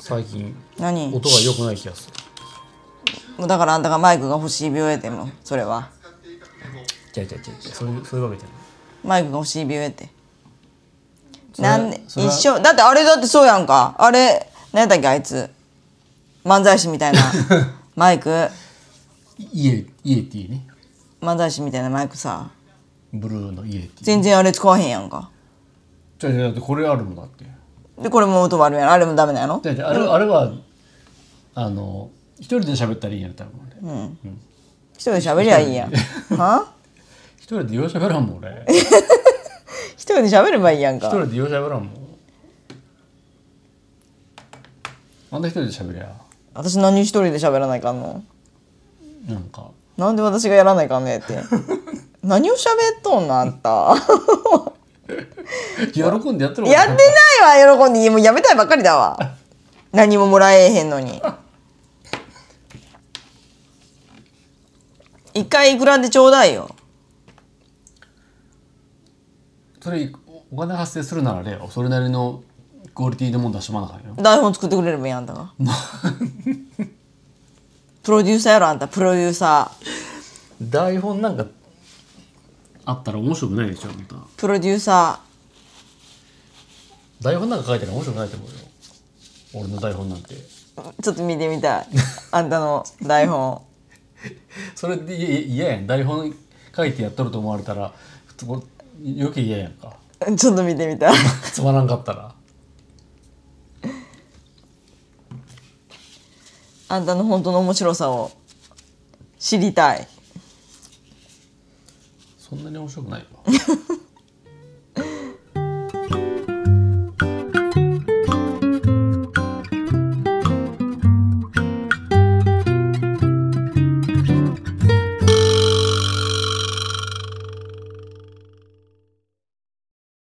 最近何音が良くない気がする。 もうだからあんたがマイクが欲しい病やてもそれは違うそういうわけじゃない。 マイクが欲しい病やてそれなんでそれは一緒だってあれだってそうやんかあれ何やったっけあいつ漫才師みたいなマイクイエティね。 漫才師みたいなマイクさブルーのイエティ。 全然あれ使わへんやんかじゃだってこれあるもんだって。 でこれも音悪いやんあれもダメなのあれは一人で喋ったらいいんやったら一人で喋りゃいいやんは一人でよう喋らんもん俺。 一人で喋ればいいやんか一人でよう喋らんもん。あんな一人で喋りゃ私何一人で喋らないかんのなんかなんで私がやらないかんのやって何を喋っとんのあんた喜んでやってるやってないわ喜んでもうやめたいばっかりだわ何ももらえへんのに一回いくらでちょうだいよそれお金発生するならねそれなりのクオリティのもん出してもらわなあかんよ。 台本作ってくれればいいやんあんたがプロデューサーやろあんたプロデューサー台本なんかあったら面白くないでしょあんた。 プロデューサ台本なんか書いてるの面白くないと思うよ俺の台本なんて。 ーちょっと見てみたいあんたの台本それで嫌やん。台本書いてやっとると思われたら余計嫌やんか。 ちょっと見てみたいつまらんかったら。 あんたの本当の面白さを知りたいそんなに面白くないわ